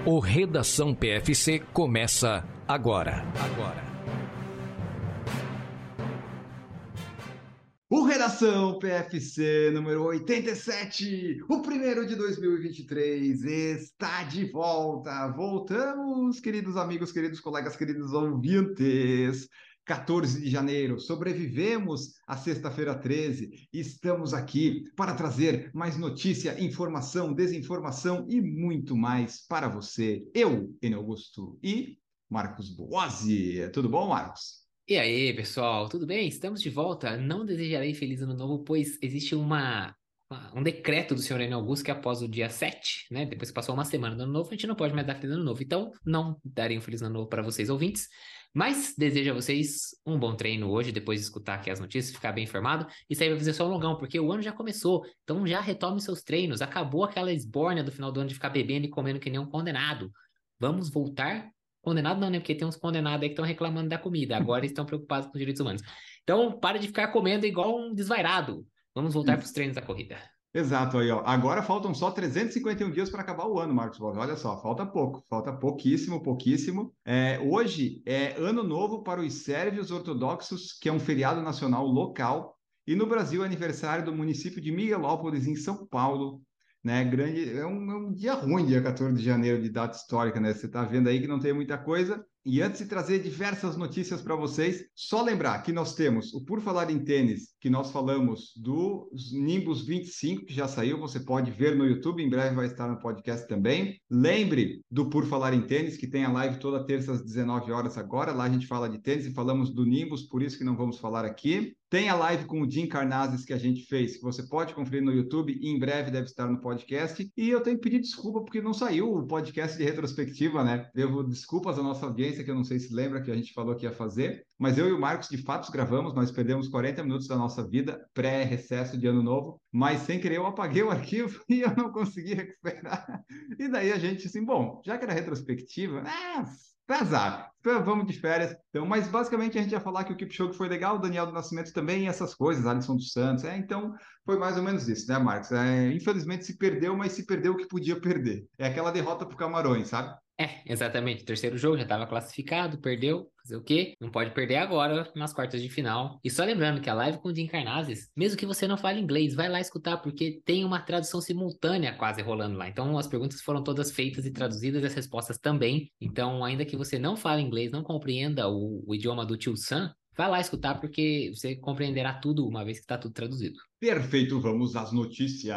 O Redação PFC começa agora. O Redação PFC número 87, o primeiro de 2023, está de volta. Voltamos, queridos amigos, queridos colegas, queridos ouvintes. 14 de janeiro, sobrevivemos à sexta-feira 13. Estamos aqui para trazer mais notícia, informação, desinformação e muito mais para você. Eu, Enio Augusto e Marcos Boazzi. Tudo bom, Marcos? E aí, pessoal, tudo bem? Estamos de volta. Não desejarei feliz ano novo, pois existe um decreto do senhor Enio Augusto que após o dia 7, né, depois que passou uma semana do ano novo, a gente não pode mais dar feliz ano novo. Então, não darei um feliz ano novo para vocês, ouvintes, mas desejo a vocês um bom treino hoje, depois de escutar aqui as notícias, ficar bem informado, e sair para fazer só um longão, porque o ano já começou, então já retome seus treinos, acabou aquela esbórnia do final do ano de ficar bebendo e comendo que nem um condenado. Vamos voltar. Condenado não, né? Porque tem uns condenados aí que estão reclamando da comida. Agora estão preocupados com os direitos humanos. Então, para de ficar comendo igual um desvairado. Vamos voltar para os treinos da corrida. Exato, aí, ó. Agora faltam só 351 dias para acabar o ano, Marcos Boazzi. Olha só, falta pouco, falta pouquíssimo, pouquíssimo. Hoje é ano novo para os sérvios ortodoxos, que é um feriado nacional local, e no Brasil é aniversário do município de Miguelópolis, em São Paulo. Né, é um dia ruim, dia 14 de janeiro, de data histórica, né? Você está vendo aí que não tem muita coisa. E antes de trazer diversas notícias para vocês, só lembrar que nós temos o Por Falar em Tênis, que nós falamos dos Nimbus 25, que já saiu, você pode ver no YouTube, em breve vai estar no podcast também. Lembre do Por Falar em Tênis, que tem a live toda terça às 19 horas agora, lá a gente fala de tênis e falamos do Nimbus, por isso que não vamos falar aqui. Tem a live com o Jim Carnazes que a gente fez, que você pode conferir no YouTube e em breve deve estar no podcast. E eu tenho que pedir desculpa porque não saiu o podcast de retrospectiva, né? Devo desculpas à nossa audiência, que eu não sei se lembra que a gente falou que ia fazer, mas eu e o Marcos de fato gravamos, nós perdemos 40 minutos da nossa vida, pré-recesso de ano novo, mas sem querer eu apaguei o arquivo e eu não consegui recuperar. E daí a gente assim, bom, já que era retrospectiva, azar, vamos de férias. Então, mas basicamente a gente ia falar que o Kipchoge foi legal, o Daniel do Nascimento também, e essas coisas, Alisson dos Santos. Então, foi mais ou menos isso, né, Marcos? Infelizmente se perdeu, mas se perdeu o que podia perder. É aquela derrota para o Camarões, sabe? Exatamente. Terceiro jogo, já estava classificado, perdeu. Fazer o quê? Não pode perder agora nas quartas de final. E só lembrando que a live com o Jim Carnazes, mesmo que você não fale inglês, vai lá escutar, porque tem uma tradução simultânea quase rolando lá. Então, as perguntas foram todas feitas e traduzidas, as respostas também. Então, ainda que você não fale inglês, não compreenda o idioma do Tio Sam, vai lá escutar, porque você compreenderá tudo uma vez que está tudo traduzido. Perfeito, vamos às notícias.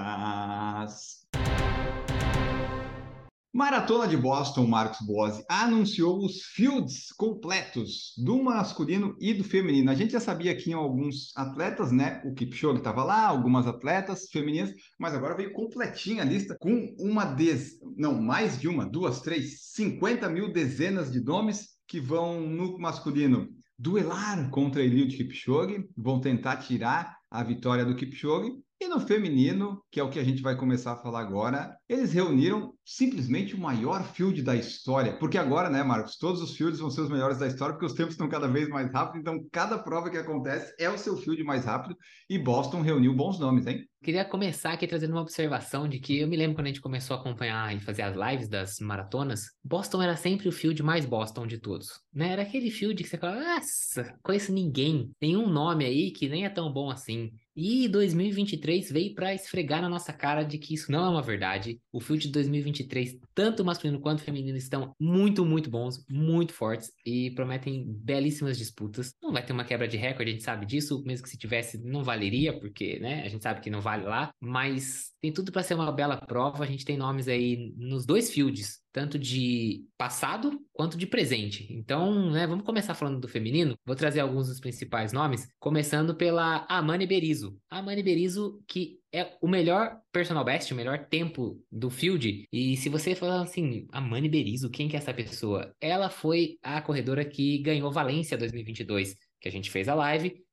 Maratona de Boston, Marcos Boazzi, anunciou os fields completos do masculino e do feminino. A gente já sabia que tinham alguns atletas, né? O Kipchoge estava lá, algumas atletas femininas, mas agora veio completinha a lista com mais de uma, duas, três, 50 mil dezenas de nomes que vão no masculino duelar contra Eliud Kipchoge, vão tentar tirar a vitória do Kipchoge. E no feminino, que é o que a gente vai começar a falar agora, eles reuniram simplesmente o maior field da história. Porque agora, né, Marcos, todos os fields vão ser os melhores da história, porque os tempos estão cada vez mais rápidos, então cada prova que acontece é o seu field mais rápido, e Boston reuniu bons nomes, hein? Queria começar aqui trazendo uma observação de que eu me lembro quando a gente começou a acompanhar e fazer as lives das maratonas, Boston era sempre o field mais Boston de todos, né? Era aquele field que você fala, nossa, conheço ninguém, tem um nome aí que nem é tão bom assim. E 2023 veio para esfregar na nossa cara de que isso não é uma verdade. O field de 2023, tanto masculino quanto feminino, estão muito, muito bons, muito fortes e prometem belíssimas disputas. Não vai ter uma quebra de recorde, a gente sabe disso, mesmo que se tivesse, não valeria, porque, né, a gente sabe que não vale lá, mas tem tudo para ser uma bela prova. A gente tem nomes aí nos dois fields, tanto de passado quanto de presente. Então, né, vamos começar falando do feminino. Vou trazer alguns dos principais nomes, começando pela Amane Berrizo. A Amane Berrizo, que é o melhor personal best, o melhor tempo do field. E se você falar assim, Amane Berrizo, quem que é essa pessoa? Ela foi a corredora que ganhou Valência 2022, que a gente fez a live.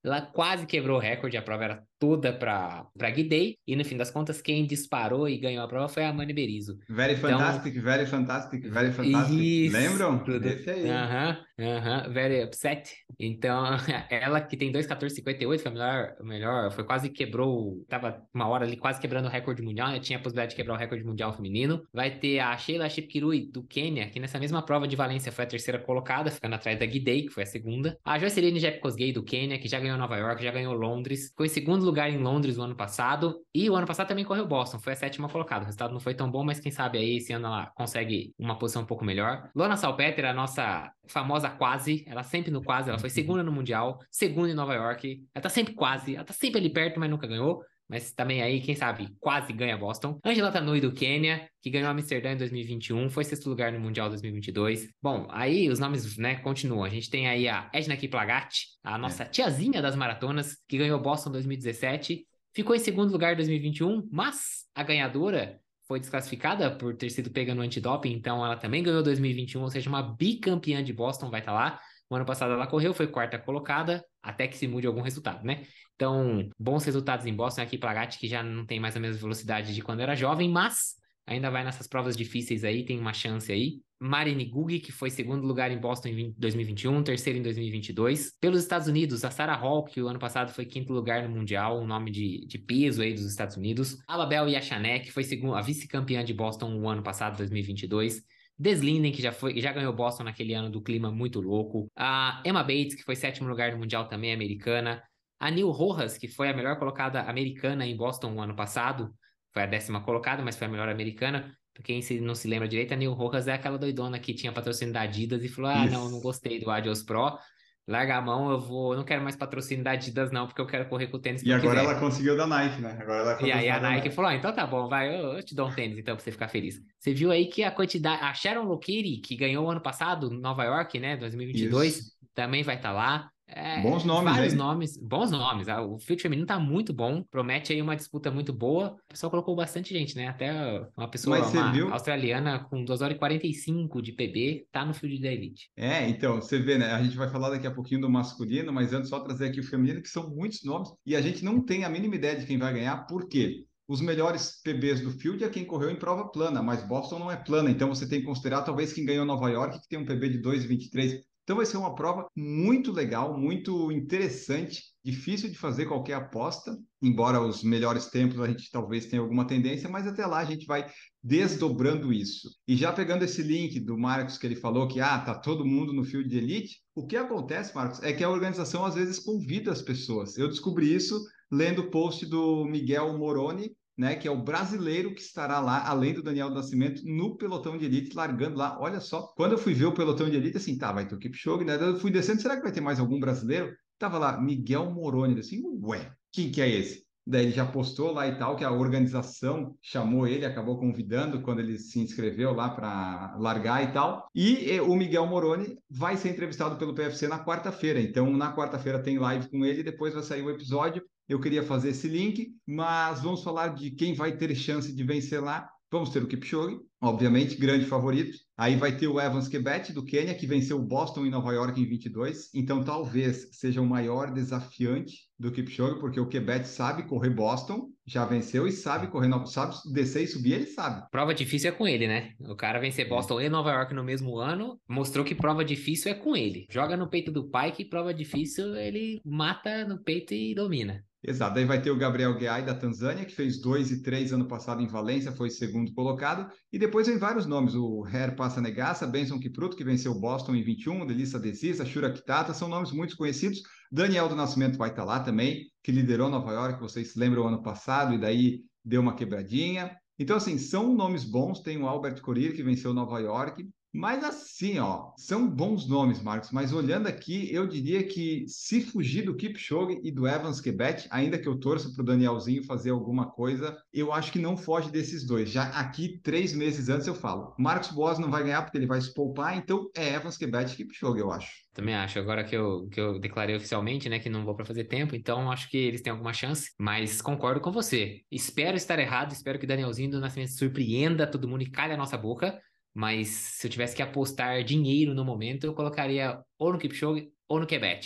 Ela quase quebrou o recorde, a prova era toda para Guidei, e no fim das contas, quem disparou e ganhou a prova foi a Amane Berizzo. Very Então, fantastic, very fantastic, very fantastic. isso, Lembram? tudo. Esse aí. Aham, aham, very upset. Então, ela que tem 2:14:58 foi a melhor, foi quase quebrou, tava uma hora ali quase quebrando o recorde mundial, né? Tinha a possibilidade de quebrar o recorde mundial feminino. Vai ter a Sheila Chepkirui, do Quênia, que nessa mesma prova de Valência foi a terceira colocada, ficando atrás da Gidey, que foi a segunda. A Joycelyn Jepkosgei, do Quênia, que já ganhou Nova York, já ganhou Londres, ficou em segundo lugar em Londres o ano passado, e o ano passado também correu Boston, foi a sétima colocada. O resultado não foi tão bom, mas quem sabe aí esse ano ela consegue uma posição um pouco melhor. Lona Salpeter, a nossa famosa quase, ela sempre no quase, ela foi segunda no Mundial, segunda em Nova York, ela tá sempre quase, ela tá sempre ali perto, mas nunca ganhou. Mas também aí, quem sabe, quase ganha Boston. Angela Tanui, do Quênia, que ganhou Amsterdã em 2021, foi sexto lugar no Mundial 2022. Bom, aí os nomes, né, continuam. A gente tem aí a Edna Kiplagat, a nossa É. tiazinha das maratonas, que ganhou Boston 2017, ficou em segundo lugar em 2021, mas a ganhadora foi desclassificada por ter sido pega no antidoping, então ela também ganhou 2021, ou seja, uma bicampeã de Boston vai estar lá. O ano passado ela correu, foi quarta colocada, até que se mude algum resultado, né? Então, bons resultados em Boston aqui, Plagatti, que já não tem mais a mesma velocidade de quando era jovem, mas ainda vai nessas provas difíceis aí, tem uma chance aí. Marini Gugi, que foi segundo lugar em Boston em 2021, terceiro em 2022. Pelos Estados Unidos, a Sarah Hall, que o ano passado foi quinto lugar no Mundial, um nome de peso aí dos Estados Unidos. A Babel Yachané, que foi a vice-campeã de Boston o ano passado, 2022. Deslinden, que já ganhou Boston naquele ano do clima muito louco. A Emma Bates, que foi sétimo lugar no Mundial também, americana. A Neil Rojas, que foi a melhor colocada americana em Boston o ano passado. Foi a décima colocada, mas foi a melhor americana. Pra quem não se lembra direito, a Neil Rojas é aquela doidona que tinha patrocínio da Adidas e falou: Ah, não Isso. gostei do Adios Pro. Larga a mão, eu não quero mais patrocínio da Adidas, não, porque eu quero correr com o tênis que E eu agora ela quiser. conseguiu da Nike, né? Agora ela é E aí a patrocinada da Nike Nike. falou: ah, então tá bom, vai, eu te dou um tênis então pra você ficar feliz. Você viu aí que a quantidade, a Sharon Lokiri, que ganhou ano passado em Nova York, né, 2022, Isso. também vai estar lá. Bons nomes, Vários hein? nomes, bons nomes. O field feminino tá muito bom, promete aí uma disputa muito boa. O pessoal colocou bastante gente, né? Até uma Mas pessoa, você uma viu? australiana com 2 horas e 45 de PB, tá no field da Elite. É, então, você vê, né? A gente vai falar daqui a pouquinho do masculino, mas antes só trazer aqui o feminino, que são muitos nomes, e a gente não tem a mínima ideia de quem vai ganhar, por quê? Os melhores PBs do field é quem correu em prova plana, mas Boston não é plana, então você tem que considerar talvez quem ganhou Nova York, que tem um PB de 2:23. Então vai ser uma prova muito legal, muito interessante, difícil de fazer qualquer aposta, embora os melhores tempos a gente talvez tenha alguma tendência, mas até lá a gente vai desdobrando isso. E já pegando esse link do Marcos que ele falou que tá todo mundo no field de elite, o que acontece, Marcos, é que a organização às vezes convida as pessoas. Eu descobri isso lendo o post do Miguel Moroni, né, que é o brasileiro que estará lá, além do Daniel do Nascimento, no pelotão de elite, largando lá. Olha só, quando eu fui ver o pelotão de elite, assim, tá, vai ter o Kipchoge, né? Eu fui descendo, será que vai ter mais algum brasileiro? Tava lá, Miguel Moroni, assim, ué, quem que é esse? Daí ele já postou lá e tal, que a organização chamou ele, acabou convidando quando ele se inscreveu lá para largar e tal. E o Miguel Moroni vai ser entrevistado pelo PFC na quarta-feira. Então, na quarta-feira tem live com ele, depois vai sair o episódio. Eu queria fazer esse link, mas vamos falar de quem vai ter chance de vencer lá. Vamos ter o Kipchoge, obviamente, grande favorito. Aí vai ter o Evans Kebet, do Quênia, que venceu o Boston em Nova York em 22. Então, talvez seja o maior desafiante do Kipchoge, porque o Kebet sabe correr Boston, já venceu e sabe correr, sabe descer e subir, ele sabe. Prova difícil é com ele, né? O cara vencer É. Boston e Nova York no mesmo ano mostrou que prova difícil é com ele. Joga no peito do pai que prova difícil ele mata no peito e domina. Exato, daí vai ter o Gabriel Guiai da Tanzânia, que fez 2:03 ano passado em Valência, foi segundo colocado, e depois vem vários nomes, o Her Passanegassa, Benson Kipruto, que venceu o Boston em 21, Delissa Desisa, Shura Kitata, são nomes muito conhecidos, Daniel do Nascimento vai estar lá também, que liderou Nova York, vocês se lembram, ano passado, e daí deu uma quebradinha, então assim, são nomes bons, tem o Albert Corir, que venceu Nova York, mas assim, ó, são bons nomes, Marcos, mas olhando aqui, eu diria que se fugir do Kipchoge e do Evans Kebet, ainda que eu torça para o Danielzinho fazer alguma coisa, eu acho que não foge desses dois. Já aqui, 3 meses antes, eu falo, Marcos Boas não vai ganhar porque ele vai se poupar, então é Evans Kebet e Kipchoge, eu acho. Também acho. Agora que eu declarei oficialmente, né, que não vou para fazer tempo, então acho que eles têm alguma chance, mas concordo com você. Espero estar errado, espero que o Danielzinho do Nascimento surpreenda todo mundo e calhe a nossa boca, mas se eu tivesse que apostar dinheiro no momento, eu colocaria ou no Kipchoge ou no Kebet.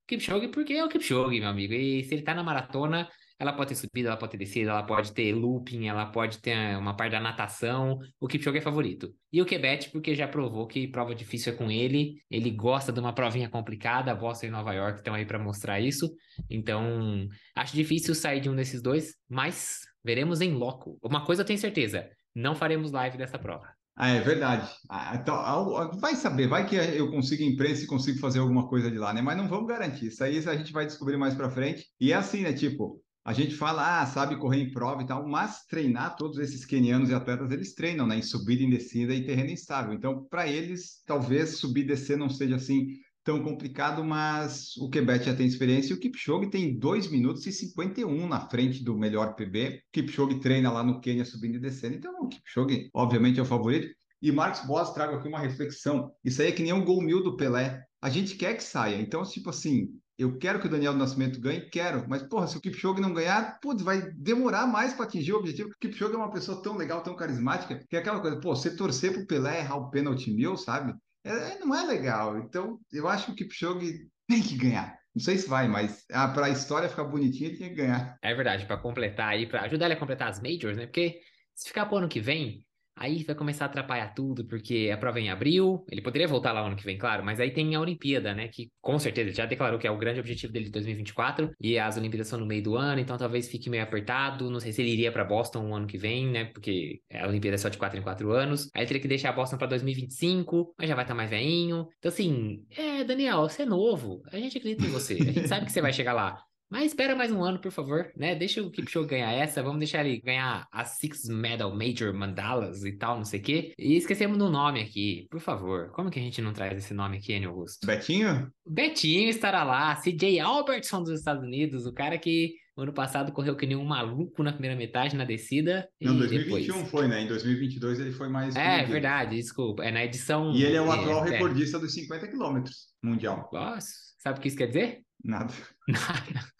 Kipchoge porque é o Kipchoge, meu amigo. E se ele tá na maratona, ela pode ter subida, ela pode ter descida, ela pode ter looping, ela pode ter uma parte da natação. O Kipchoge é favorito. E o Quebec, porque já provou que prova difícil é com ele. Ele gosta de uma provinha complicada. Boston e Nova York estão aí para mostrar isso. Então, acho difícil sair de um desses dois, mas veremos em loco. Uma coisa eu tenho certeza: não faremos live dessa prova. Ah, é verdade. Então, vai saber, vai que eu consigo imprensa e consigo fazer alguma coisa de lá, né? Mas não vamos garantir. Isso aí a gente vai descobrir mais para frente. E é assim, né? Tipo, a gente fala, sabe correr em prova e tal, mas treinar todos esses quenianos e atletas, eles treinam, né? Em subida, em descida e terreno instável. Então, para eles, talvez subir e descer não seja assim tão complicado, mas o Quebec já tem experiência e o Kipchoge tem 2 minutos e 51 na frente do melhor PB. O Kipchoge treina lá no Quênia subindo e descendo, então o Kipchoge obviamente é o favorito. E Marcos Boas, trago aqui uma reflexão. Isso aí é que nem um gol mil do Pelé. A gente quer que saia. Então, tipo assim, eu quero que o Daniel do Nascimento ganhe, quero. Mas, porra, se o Kipchoge não ganhar, putz, vai demorar mais para atingir o objetivo. O Kipchoge é uma pessoa tão legal, tão carismática, que é aquela coisa, pô, você torcer pro Pelé errar o pênalti mil, sabe? Não é legal. Então, eu acho que o Kipchoge tem que ganhar. Não sei se vai, mas para a história ficar bonitinha, ele tem que ganhar. É verdade, para completar aí, para ajudar ele a completar as majors, né? Porque se ficar pro ano que vem, aí vai começar a atrapalhar tudo, porque a prova é em abril, ele poderia voltar lá o ano que vem, claro, mas aí tem a Olimpíada, né? Que com certeza ele já declarou que é o grande objetivo dele de 2024, e as Olimpíadas são no meio do ano, então talvez fique meio apertado. Não sei se ele iria para Boston o ano que vem, né? Porque a Olimpíada é só de 4 em 4 anos. Aí ele teria que deixar Boston para 2025, mas já vai estar mais velhinho. Então, assim, Daniel, você é novo, a gente acredita em você, a gente sabe que você vai chegar lá. Mas espera mais um ano, por favor, né? Deixa o Kipchoge ganhar essa, vamos deixar ele ganhar as Six Medal Major Mandalas e tal, não sei o quê. E esquecemos do nome aqui, por favor. Como que a gente não traz esse nome aqui, Enio Augusto? Betinho? Betinho estará lá, CJ Albertson dos Estados Unidos, o cara que ano passado correu que nem um maluco na primeira metade, na descida, Não, e 2021 depois... foi, né? Em 2022 ele foi mais É, comedido. verdade, desculpa. É na E edição... ele é o atual recordista dos 50 quilômetros mundial. Nossa, sabe o que isso quer dizer? Nada. Nada.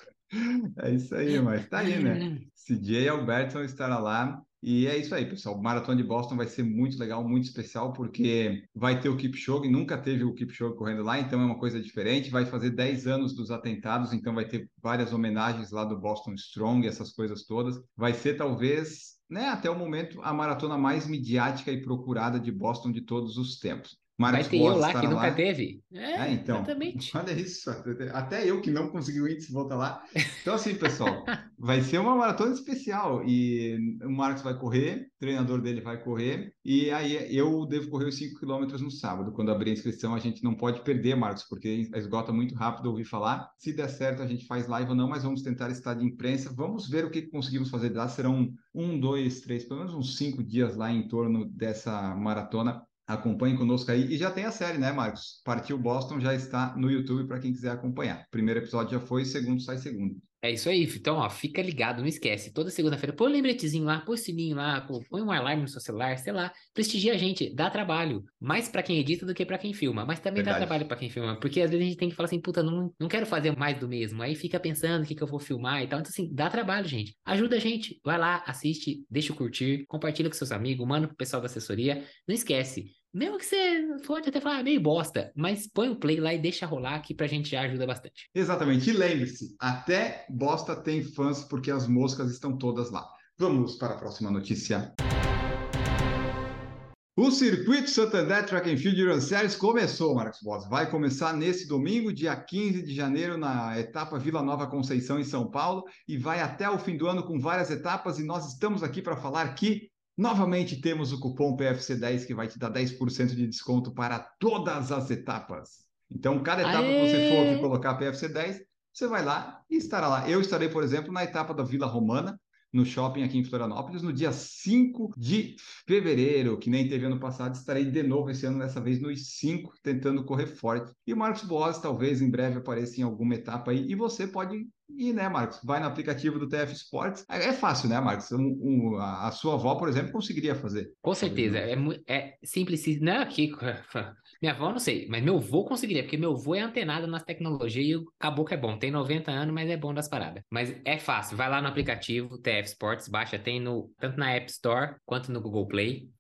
É isso aí, mas tá aí, né? CJ Albertson estará lá. E é isso aí, pessoal. O Maratona de Boston vai ser muito legal, muito especial, porque vai ter o Kipchoge, nunca teve o Kipchoge correndo lá, então é uma coisa diferente. Vai fazer 10 anos dos atentados, então vai ter várias homenagens lá do Boston Strong, essas coisas todas. Vai ser talvez, né, até o momento, a maratona mais midiática e procurada de Boston de todos os tempos. Vai Marcos ter eu Boas lá que estará nunca lá. teve. É, Então, exatamente. olha isso, até eu que não consegui o índice volta lá. Então, assim, pessoal, vai ser uma maratona especial e o Marcos vai correr, o treinador dele vai correr, e aí eu devo correr os 5 quilômetros no sábado. Quando abrir a inscrição, a gente não pode perder, Marcos, porque esgota muito rápido ouvir falar. Se der certo, a gente faz live ou não, mas vamos tentar estar de imprensa. Vamos ver o que conseguimos fazer lá. Serão 1, 2, 3, pelo menos uns 5 dias lá em torno dessa maratona. Acompanhe conosco aí. E já tem a série, né, Marcos? Partiu Boston já está no YouTube para quem quiser acompanhar. Primeiro episódio já foi, segundo sai segundo. É isso aí. Então, ó, fica ligado, não esquece. Toda segunda-feira, põe um lembretezinho lá, põe o sininho lá, põe um alarme no seu celular, sei lá. Prestigia a gente, dá trabalho. Mais pra quem edita do que pra quem filma. Mas também dá Verdade. trabalho pra quem filma. Porque às vezes a gente tem que falar assim, puta, não quero fazer mais do mesmo. Aí fica pensando o que eu vou filmar e tal. Então, assim, dá trabalho, gente. Ajuda a gente. Vai lá, assiste, deixa o curtir, compartilha com seus amigos, manda pro pessoal da assessoria. Não esquece. Mesmo que você pode até falar meio bosta, mas põe o play lá e deixa rolar que pra gente já ajuda bastante. Exatamente. E lembre-se, até Bosta tem fãs porque as moscas estão todas lá. Vamos para a próxima notícia. O Circuito Santander Track and Field Run Series começou, Marcos Boas. Vai começar nesse domingo, dia 15 de janeiro, na etapa Vila Nova Conceição, em São Paulo, e vai até o fim do ano com várias etapas. E nós estamos aqui para falar que, novamente, temos o cupom PFC10 que vai te dar 10% de desconto para todas as etapas. Então, cada etapa que você for aqui Aê! colocar PFC10, você vai lá e estará lá. Eu estarei, por exemplo, na etapa da Vila Romana, no shopping aqui em Florianópolis, no dia 5 de fevereiro, que nem teve ano passado, estarei de novo esse ano, dessa vez nos 5, tentando correr forte. E o Marcos Boas talvez em breve apareça em alguma etapa aí, e você pode ir, né, Marcos? Vai no aplicativo do TF Sports. É fácil, né, Marcos? A sua avó, por exemplo, conseguiria fazer. Com certeza, é simples, não é aqui, minha avó não sei, mas meu avô conseguiria, porque meu avô é antenado nas tecnologias e o caboclo é bom, tem 90 anos, mas é bom das paradas. Mas é fácil, vai lá no aplicativo TF Sports, baixa, tem tanto na App Store quanto no Google Play,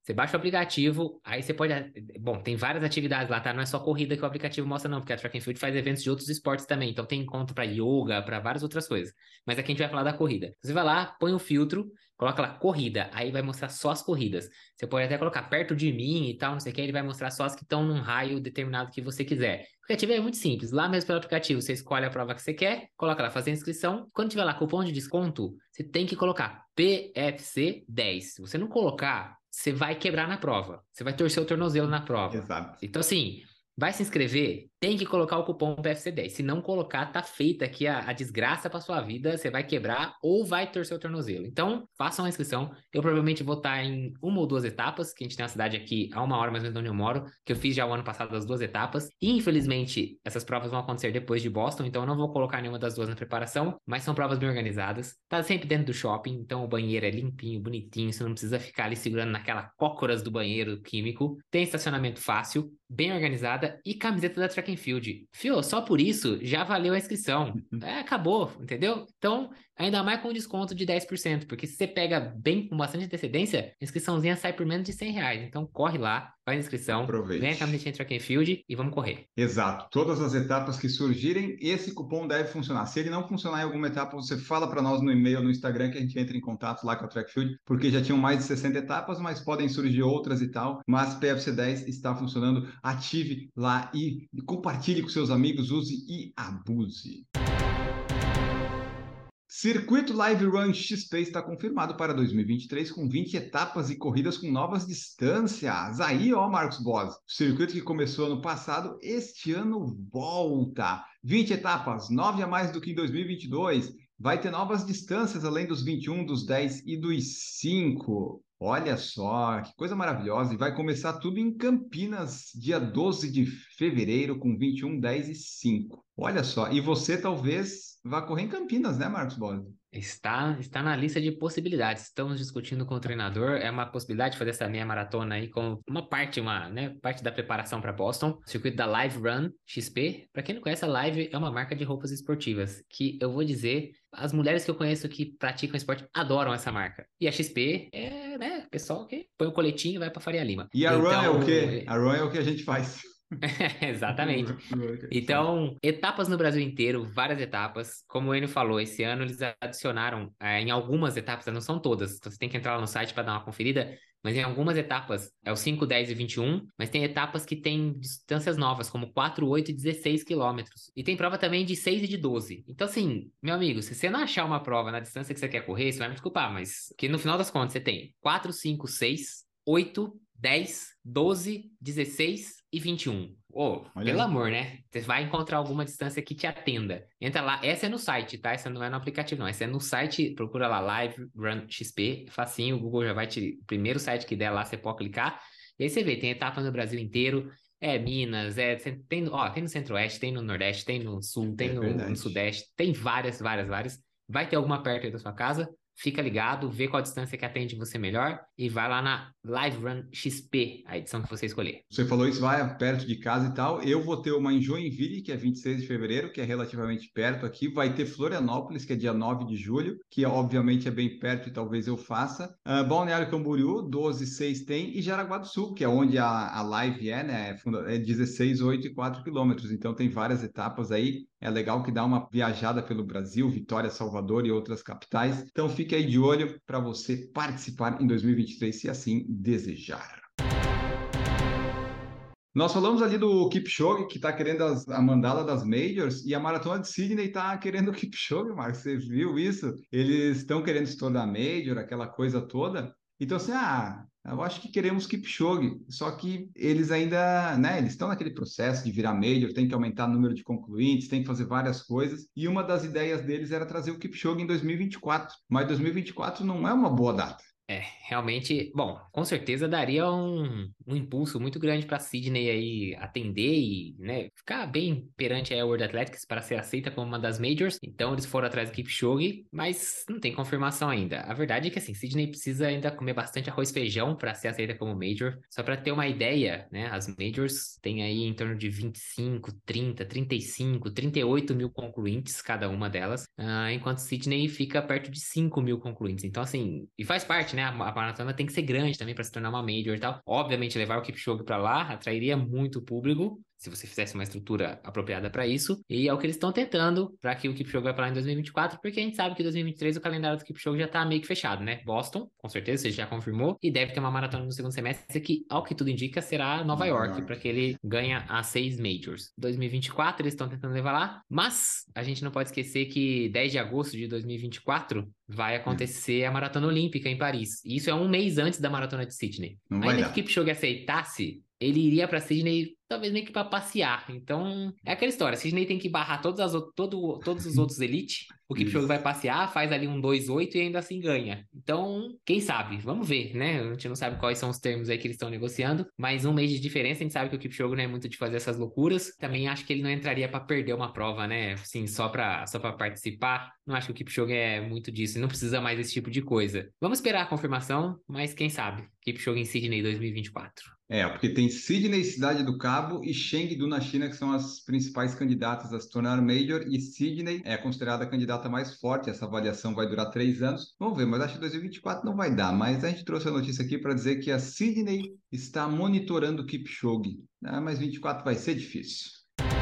Você baixa o aplicativo, aí você pode... Bom, tem várias atividades lá, tá? Não é só corrida que o aplicativo mostra, não, porque a Track and Field faz eventos de outros esportes também. Então tem encontro para yoga, para várias outras coisas. Mas aqui a gente vai falar da corrida. Você vai lá, põe o filtro, coloca lá corrida, aí vai mostrar só as corridas. Você pode até colocar perto de mim e tal, não sei o que, ele vai mostrar só as que estão num raio determinado que você quiser. O aplicativo é muito simples. Lá mesmo pelo aplicativo, você escolhe a prova que você quer, coloca lá fazer inscrição. Quando tiver lá cupom de desconto, você tem que colocar PFC 10. Se você não colocar, você vai quebrar na prova. Você vai torcer o tornozelo na prova. Exato. Então, assim, vai se inscrever, tem que colocar o cupom PFC10. Se não colocar, tá feita aqui a desgraça para sua vida. Você vai quebrar ou vai torcer o tornozelo. Então, façam a inscrição. Eu provavelmente vou estar em uma ou duas etapas, que a gente tem uma cidade aqui a 1 hora mais ou menos de onde eu moro, que eu fiz já o ano passado as 2 etapas. E, infelizmente, essas provas vão acontecer depois de Boston, então eu não vou colocar nenhuma das 2 na preparação, mas são provas bem organizadas. Tá sempre dentro do shopping, então o banheiro é limpinho, bonitinho, você não precisa ficar ali segurando naquela cócoras do banheiro químico. Tem estacionamento fácil, bem organizada e camiseta da Track and Field. Fio, só por isso já valeu a inscrição. Acabou, entendeu? Então, ainda mais com desconto de 10%, porque se você pega bem com bastante antecedência, a inscriçãozinha sai por menos de R$ 100. Então, corre lá, faz a inscrição, Aproveite. ganha a camisetinha Track and Field e vamos correr. Exato. Todas as etapas que surgirem, esse cupom deve funcionar. Se ele não funcionar em alguma etapa, você fala para nós no e-mail, no Instagram, que a gente entra em contato lá com a Trackfield, porque já tinham mais de 60 etapas, mas podem surgir outras e tal. Mas PFC 10 está funcionando. Ative lá e compartilhe com seus amigos, use e abuse. Circuito Live Run XP está confirmado para 2023 com 20 etapas e corridas com novas distâncias. Aí, ó, Marcos Boas, o circuito que começou ano passado, este ano volta. 20 etapas, 9 a mais do que em 2022. Vai ter novas distâncias além dos 21, dos 10 e dos 5. Olha só, que coisa maravilhosa. E vai começar tudo em Campinas, dia 12 de fevereiro, com 21, 10 e 5. Olha só, e você talvez vá correr em Campinas, né, Marcos Boas? Está na lista de possibilidades. Estamos discutindo com o treinador. É uma possibilidade fazer essa meia maratona aí como uma parte, parte da preparação para Boston. Circuito da Live Run XP. Para quem não conhece, a Live é uma marca de roupas esportivas que eu vou dizer, as mulheres que eu conheço que praticam esporte adoram essa marca. E a XP é, né, pessoal que põe o coletinho e vai para Faria Lima. E a Run é o Então, quê? A Run é o que a gente faz. Exatamente. Então, etapas no Brasil inteiro, várias etapas. Como o Enio falou, esse ano eles adicionaram em algumas etapas, não são todas, então você tem que entrar lá no site para dar uma conferida, mas em algumas etapas é o 5, 10 e 21, mas tem etapas que têm distâncias novas, como 4, 8 e 16 quilômetros. E tem prova também de 6 e de 12. Então, assim, meu amigo, se você não achar uma prova na distância que você quer correr, você vai me desculpar, mas que no final das contas você tem 4, 5, 6, 8, 10, 12, 16 e 21. Oh, pelo amor, né? Você vai encontrar alguma distância que te atenda. Entra lá, essa é no site, tá? Essa não é no aplicativo, não. Essa é no site, procura lá Live Run XP, facinho, o Google já vai te... O primeiro site que der lá, você pode clicar. E aí você vê, tem etapas no Brasil inteiro. Minas, tem no Centro-Oeste, tem no Nordeste, tem no Sul, tem no Sudeste, tem várias. Vai ter alguma perto aí da sua casa. Fica ligado, vê qual a distância que atende você melhor e vai lá na Live Run XP, a edição que você escolher. Você falou isso, vai perto de casa e tal. Eu vou ter uma em Joinville, que é 26 de fevereiro, que é relativamente perto aqui. Vai ter Florianópolis, que é dia 9 de julho, que obviamente é bem perto e talvez eu faça. Balneário Camboriú, 12, 6 tem. E Jaraguá do Sul, que é onde a live é, né? É 16, 8 e 4 quilômetros. Então tem várias etapas aí. É legal que dá uma viajada pelo Brasil, Vitória, Salvador e outras capitais. Então fique aí de olho para você participar em 2023, se assim desejar. Nós falamos ali do Kipchoge, que está querendo a mandala das Majors, e a Maratona de Sydney está querendo o Kipchoge, Marcos. Você viu isso? Eles estão querendo se tornar Major, aquela coisa toda. Então, assim, eu acho que queremos Kipchoge, só que eles ainda, né, eles estão naquele processo de virar Major, tem que aumentar o número de concluintes, tem que fazer várias coisas, e uma das ideias deles era trazer o Kipchoge em 2024, mas 2024 não é uma boa data. Realmente, bom, com certeza daria um impulso muito grande para Sydney aí atender e, né, ficar bem perante a World Athletics para ser aceita como uma das majors. Então eles foram atrás do Kipchoge, mas não tem confirmação ainda. A verdade é que assim, Sydney precisa ainda comer bastante arroz e feijão para ser aceita como major. Só para ter uma ideia, né, as majors têm aí em torno de 25, 30, 35, 38 mil concluintes cada uma delas, enquanto Sydney fica perto de 5 mil concluintes. Então assim, e faz parte, né? né? A maratona tem que ser grande também para se tornar uma major e tal. Obviamente, levar o Kipchoge para lá atrairia muito público, se você fizesse uma estrutura apropriada para isso. E é o que eles estão tentando para que o Kipchoge vá para lá em 2024, porque a gente sabe que em 2023 o calendário do Kipchoge já tá meio que fechado, né? Boston, com certeza, você já confirmou, e deve ter uma maratona no segundo semestre que, ao que tudo indica, será Nova York, para que ele ganhe as 6 majors. 2024 eles estão tentando levar lá, mas a gente não pode esquecer que 10 de agosto de 2024 vai acontecer a Maratona Olímpica em Paris. E isso é um mês antes da Maratona de Sydney. Não vai Ainda dar. que o Kipchoge aceitasse, ele iria para Sydney talvez meio que para passear. Então, é aquela história. Sydney tem que barrar todos os outros elite. O Kipchoge vai passear, faz ali um 2,8 e ainda assim ganha. Então, quem sabe? Vamos ver, né? A gente não sabe quais são os termos aí que eles estão negociando, mas um mês de diferença, a gente sabe que o Kipchoge não é muito de fazer essas loucuras. Também acho que ele não entraria para perder uma prova, né? Assim, só para participar. Não acho que o Kipchoge é muito disso, não precisa mais desse tipo de coisa. Vamos esperar a confirmação, mas quem sabe? Kipchoge em Sydney 2024. Porque tem Sydney, Cidade do Cabo e Chengdu na China, que são as principais candidatas a se tornar Major, e Sydney é considerada a candidata mais forte. Essa avaliação vai durar 3 anos. Vamos ver, mas acho que 2024 não vai dar. Mas a gente trouxe a notícia aqui para dizer que a Sydney está monitorando o Kipchoge. Mas 24 vai ser difícil.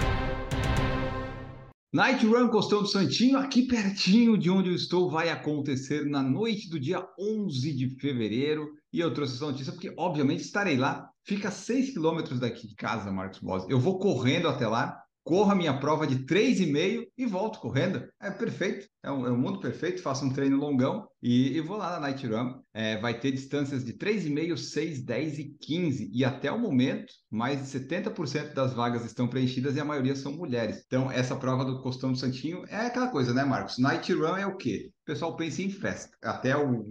Night Run Costão do Santinho, aqui pertinho de onde eu estou, vai acontecer na noite do dia 11 de fevereiro. E eu trouxe essa notícia porque, obviamente, estarei lá. Fica a 6 quilômetros daqui de casa, Marcos Bosi. Eu vou correndo até lá, corro a minha prova de 3,5 e volto correndo. É perfeito, é um mundo perfeito. Faço um treino longão e vou lá na Night Run. Vai ter distâncias de 3,5, 6, 10 e 15. E até o momento, mais de 70% das vagas estão preenchidas e a maioria são mulheres. Então, essa prova do Costão do Santinho é aquela coisa, né, Marcos? Night Run é o quê? O pessoal pensa em festa. Até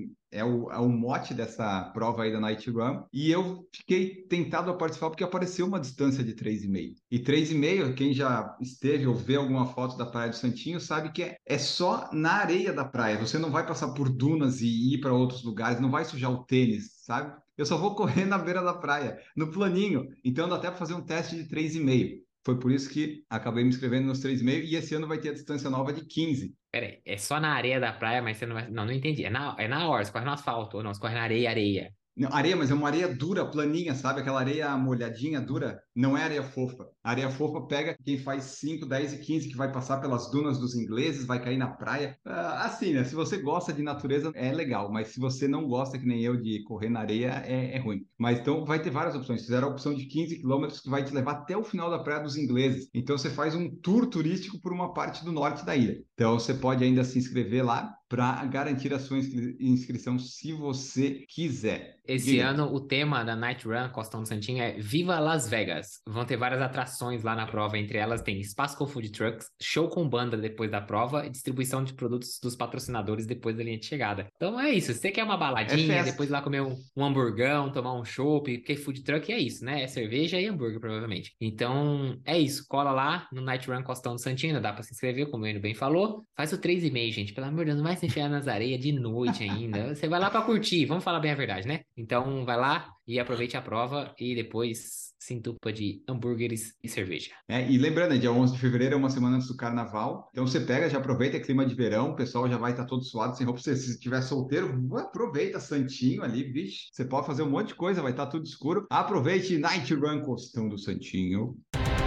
o mote dessa prova aí da Night Run. E eu fiquei tentado a participar porque apareceu uma distância de 3,5. E 3,5, quem já esteve ou vê alguma foto da Praia do Santinho sabe que é só na areia da praia. Você não vai passar por dunas e ir para outros lugares, não vai sujar o tênis, sabe? Eu só vou correr na beira da praia, no planinho. Então dá até para fazer um teste de 3,5. Foi por isso que acabei me inscrevendo nos 3,5 e esse ano vai ter a distância nova de 15. Peraí, é só na areia da praia, mas você não vai. Não entendi. É na hora, você corre no asfalto, ou não, você corre na areia, areia. Não, areia, mas é uma areia dura, planinha, sabe? Aquela areia molhadinha, dura. Não é areia fofa. A areia fofa pega quem faz 5, 10 e 15, que vai passar pelas dunas dos ingleses, vai cair na praia. Assim, né? Se você gosta de natureza, é legal. Mas se você não gosta, que nem eu, de correr na areia, é ruim. Mas então vai ter várias opções. Fizeram a opção de 15 quilômetros que vai te levar até o final da Praia dos Ingleses. Então você faz um tour turístico por uma parte do norte da ilha. Então você pode ainda se inscrever lá para garantir a sua inscrição se você quiser. Esse ano, o tema da Night Run Costão do Santinho é Viva Las Vegas. Vão ter várias atrações lá na prova, entre elas tem espaço com food trucks, show com banda depois da prova e distribuição de produtos dos patrocinadores depois da linha de chegada. Então é isso, se você quer uma baladinha, depois lá comer um hamburgão, tomar um chopp, porque food truck é isso, né? É cerveja e hambúrguer, provavelmente. Então é isso, cola lá no Night Run Costão do Santinho, dá pra se inscrever, como o Enio bem falou. Faz o 3,5, gente, pelo amor de Deus, não vai se enfiar nas areias de noite ainda. Você vai lá pra curtir, vamos falar bem a verdade, né? Então vai lá e aproveite a prova e depois se entupa de hambúrgueres e cerveja. E lembrando, dia 11 de fevereiro é uma semana antes do carnaval, então você pega, já aproveita, é clima de verão, o pessoal já vai estar todo suado, sem roupa. Se estiver solteiro, aproveita Santinho ali, vixe, você pode fazer um monte de coisa, vai estar tudo escuro. Aproveite Night Run Costão do Santinho.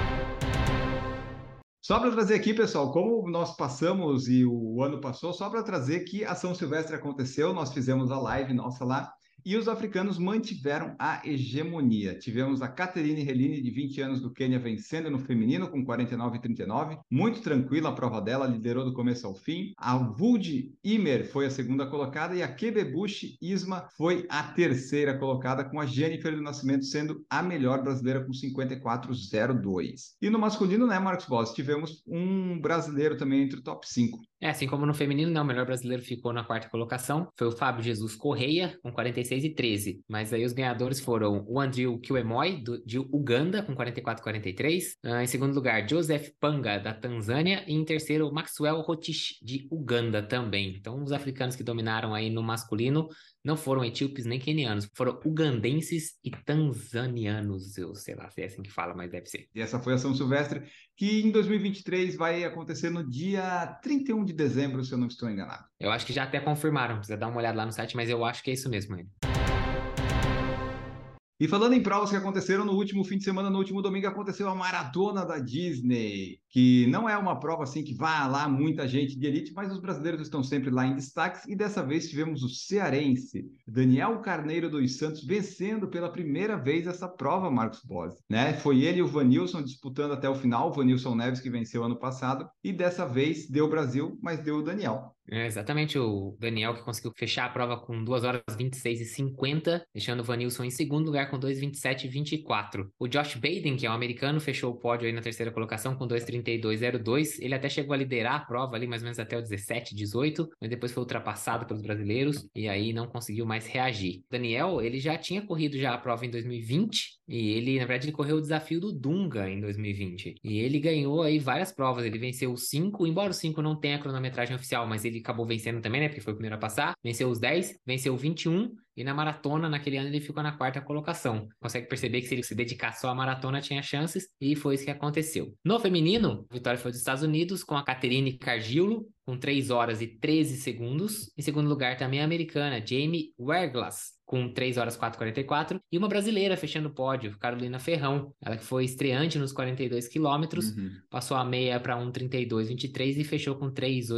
Só para trazer aqui, pessoal, como nós passamos e o ano passou, só para trazer que a São Silvestre aconteceu, nós fizemos a live nossa lá, e os africanos mantiveram a hegemonia. Tivemos a Catherine Helene, de 20 anos, do Quênia, vencendo no feminino com 49,39. Muito tranquila a prova dela, liderou do começo ao fim. A Vuld Imer foi a segunda colocada e a Kebebushi Isma foi a terceira colocada, com a Jennifer do Nascimento sendo a melhor brasileira com 54,02. E no masculino, né, Marcos Boss, tivemos um brasileiro também entre o top 5. Assim como no feminino, né, o melhor brasileiro ficou na quarta colocação. Foi o Fábio Jesus Correia, com 46,13. Mas aí os ganhadores foram o Andrew Kiwemoy, de Uganda, com 44,43. Em segundo lugar, Joseph Panga, da Tanzânia. E em terceiro, Maxwell Rotich, de Uganda também. Então, os africanos que dominaram aí no masculino não foram etíopes nem quenianos, foram ugandenses e tanzanianos. Eu sei lá se é assim que fala, mas deve ser. E essa foi a São Silvestre, que em 2023 vai acontecer no dia 31 de dezembro, se eu não estou enganado. Eu acho que já até confirmaram, precisa dar uma olhada lá no site, mas eu acho que é isso mesmo. E falando em provas que aconteceram no último fim de semana, no último domingo, aconteceu a Maratona da Disney, que não é uma prova assim que vá lá muita gente de elite, mas os brasileiros estão sempre lá em destaques, e dessa vez tivemos o cearense, Daniel Carneiro dos Santos, vencendo pela primeira vez essa prova, Marcos Bosi, né? Foi ele e o Vanilson disputando até o final, o Vanilson Neves que venceu ano passado, e dessa vez deu o Brasil, mas deu o Daniel. É exatamente o Daniel que conseguiu fechar a prova com 2 horas 26 e 50, deixando o Vanilson em segundo lugar com 2:27 e 24. O Josh Baden, que é um americano, fechou o pódio aí na terceira colocação com 2:32,02. Ele até chegou a liderar a prova ali mais ou menos até o 17, 18, mas depois foi ultrapassado pelos brasileiros e aí não conseguiu mais reagir. O Daniel, ele já tinha corrido já a prova em 2020 e ele, na verdade, ele correu o desafio do Dunga em 2020. E ele ganhou aí várias provas, ele venceu os 5, embora os 5 não tenha cronometragem oficial, mas ele acabou vencendo também, né? Porque foi o primeiro a passar. Venceu os 10, venceu o 21 e na maratona, naquele ano, ele ficou na quarta colocação. Consegue perceber que se ele se dedicasse só à maratona, tinha chances e foi isso que aconteceu. No feminino, a vitória foi dos Estados Unidos com a Caterine Cargillo, com 3 horas e 13 segundos. Em segundo lugar, também a americana Jamie Werglas, com 3 horas 4:44, e uma brasileira fechando o pódio, Carolina Ferrão, ela que foi estreante nos 42 quilômetros, passou a meia para 1:32,23 e fechou com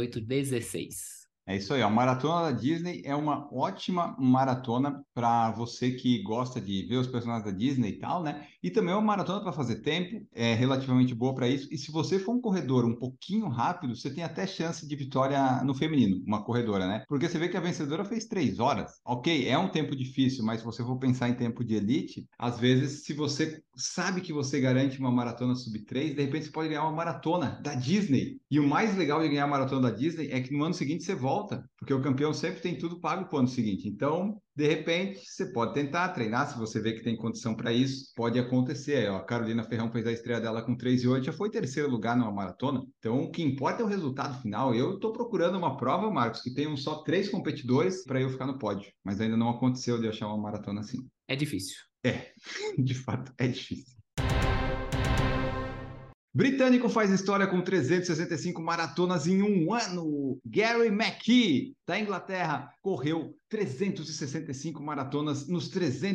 3:8,16. É isso aí, a Maratona da Disney é uma ótima maratona para você que gosta de ver os personagens da Disney e tal, né? E também é uma maratona para fazer tempo, é relativamente boa para isso. E se você for um corredor um pouquinho rápido, você tem até chance de vitória no feminino, uma corredora, né? Porque você vê que a vencedora fez 3 horas. Ok, é um tempo difícil, mas se você for pensar em tempo de elite, às vezes, se você sabe que você garante uma maratona sub 3, de repente você pode ganhar uma maratona da Disney. E o mais legal de ganhar a maratona da Disney é que no ano seguinte você volta, porque o campeão sempre tem tudo pago para o ano seguinte. Então, de repente, você pode tentar treinar, se você vê que tem condição para isso, pode acontecer. A Carolina Ferrão fez a estreia dela com 3:08, já foi terceiro lugar numa maratona. Então, o que importa é o resultado final. Eu estou procurando uma prova, Marcos, que tenham só 3 competidores para eu ficar no pódio, mas ainda não aconteceu de achar uma maratona assim. É difícil. É, de fato, é difícil. Britânico faz história com 365 maratonas em um ano. Gary McKee, da Inglaterra, correu 365 maratonas nos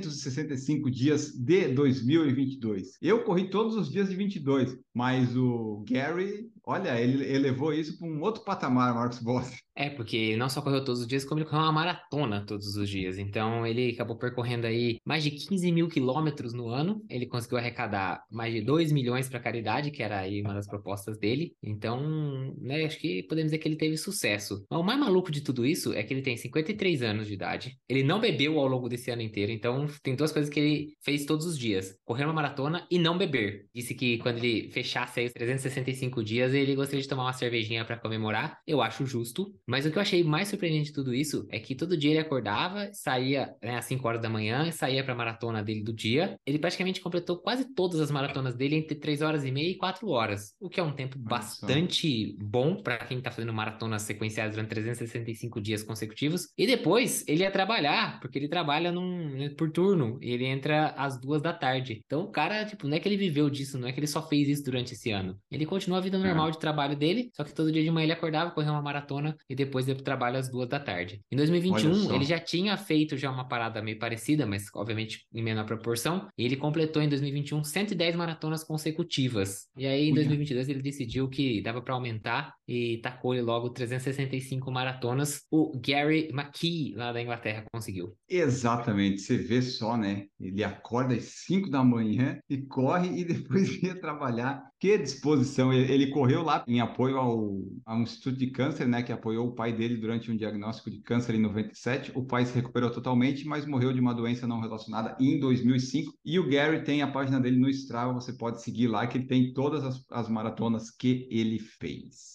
365 dias de 2022. Eu corri todos os dias de 22, mas o Gary, olha, ele elevou isso para um outro patamar, Marcos Boss. É, porque ele não só correu todos os dias, como ele correu uma maratona todos os dias. Então, ele acabou percorrendo aí mais de 15 mil quilômetros no ano. Ele conseguiu arrecadar mais de 2 milhões para caridade, que era aí uma das propostas dele. Então, né, acho que podemos dizer que ele teve sucesso. Mas o mais maluco de tudo isso é que ele tem 53 anos de idade. Ele não bebeu ao longo desse ano inteiro. Então, tem 2 coisas que ele fez todos os dias: correr uma maratona e não beber. Disse que quando ele fechasse aí os 365 dias, ele gostaria de tomar uma cervejinha para comemorar. Eu acho justo. Mas o que eu achei mais surpreendente de tudo isso é que todo dia ele acordava, saía, né, às 5 horas da manhã, saía para a maratona dele do dia. Ele praticamente completou quase todas as maratonas dele entre 3 horas e meia e 4 horas, o que é um tempo bastante bom para quem tá fazendo maratonas sequenciadas durante 365 dias consecutivos. E depois ele ia trabalhar, porque ele trabalha por turno, e ele entra às 2 da tarde. Então o cara, tipo, não é que ele viveu disso, não é que ele só fez isso durante esse ano. Ele continua a vida normal de trabalho dele, só que todo dia de manhã ele acordava, corria uma maratona e depois ia pro trabalho às 2 da tarde. Em 2021, ele já tinha feito já uma parada meio parecida, mas obviamente em menor proporção, e ele completou em 2021 110 maratonas consecutivas. E aí em 2022 ele decidiu que dava para aumentar e tacou-lhe logo 365 maratonas. O Gary McKee, lá da Inglaterra, conseguiu. Exatamente, você vê só, né? Ele acorda às 5 da manhã e corre e depois ia trabalhar. Que disposição! Ele correu lá em apoio ao Instituto de Câncer, né? Que apoiou o pai dele durante um diagnóstico de câncer em 97. O pai se recuperou totalmente, mas morreu de uma doença não relacionada em 2005. E o Gary tem a página dele no Strava, você pode seguir lá, que ele tem todas as maratonas que ele fez.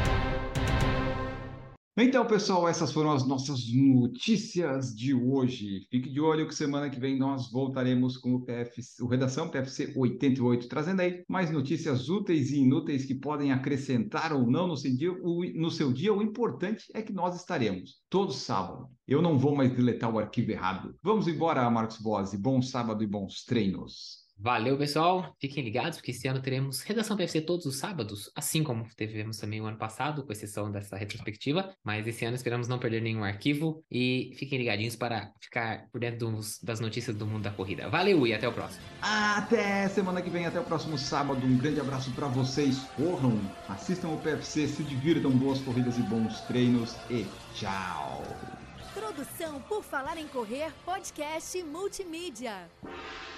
Então, pessoal, essas foram as nossas notícias de hoje. Fique de olho que semana que vem nós voltaremos com o Redação PFC 88, trazendo aí mais notícias úteis e inúteis que podem acrescentar ou não no seu dia. O importante é que nós estaremos todo sábado. Eu não vou mais deletar o arquivo errado. Vamos embora, Marcos Bose. Bom sábado e bons treinos. Valeu, pessoal. Fiquem ligados, porque esse ano teremos Redação PFC todos os sábados, assim como tivemos também o ano passado, com exceção dessa retrospectiva. Mas esse ano esperamos não perder nenhum arquivo e fiquem ligadinhos para ficar por dentro das notícias do mundo da corrida. Valeu e até o próximo. Até semana que vem, até o próximo sábado. Um grande abraço para vocês. Corram, assistam o PFC, se divirtam, boas corridas e bons treinos e tchau. Produção por Falar em Correr, podcast multimídia.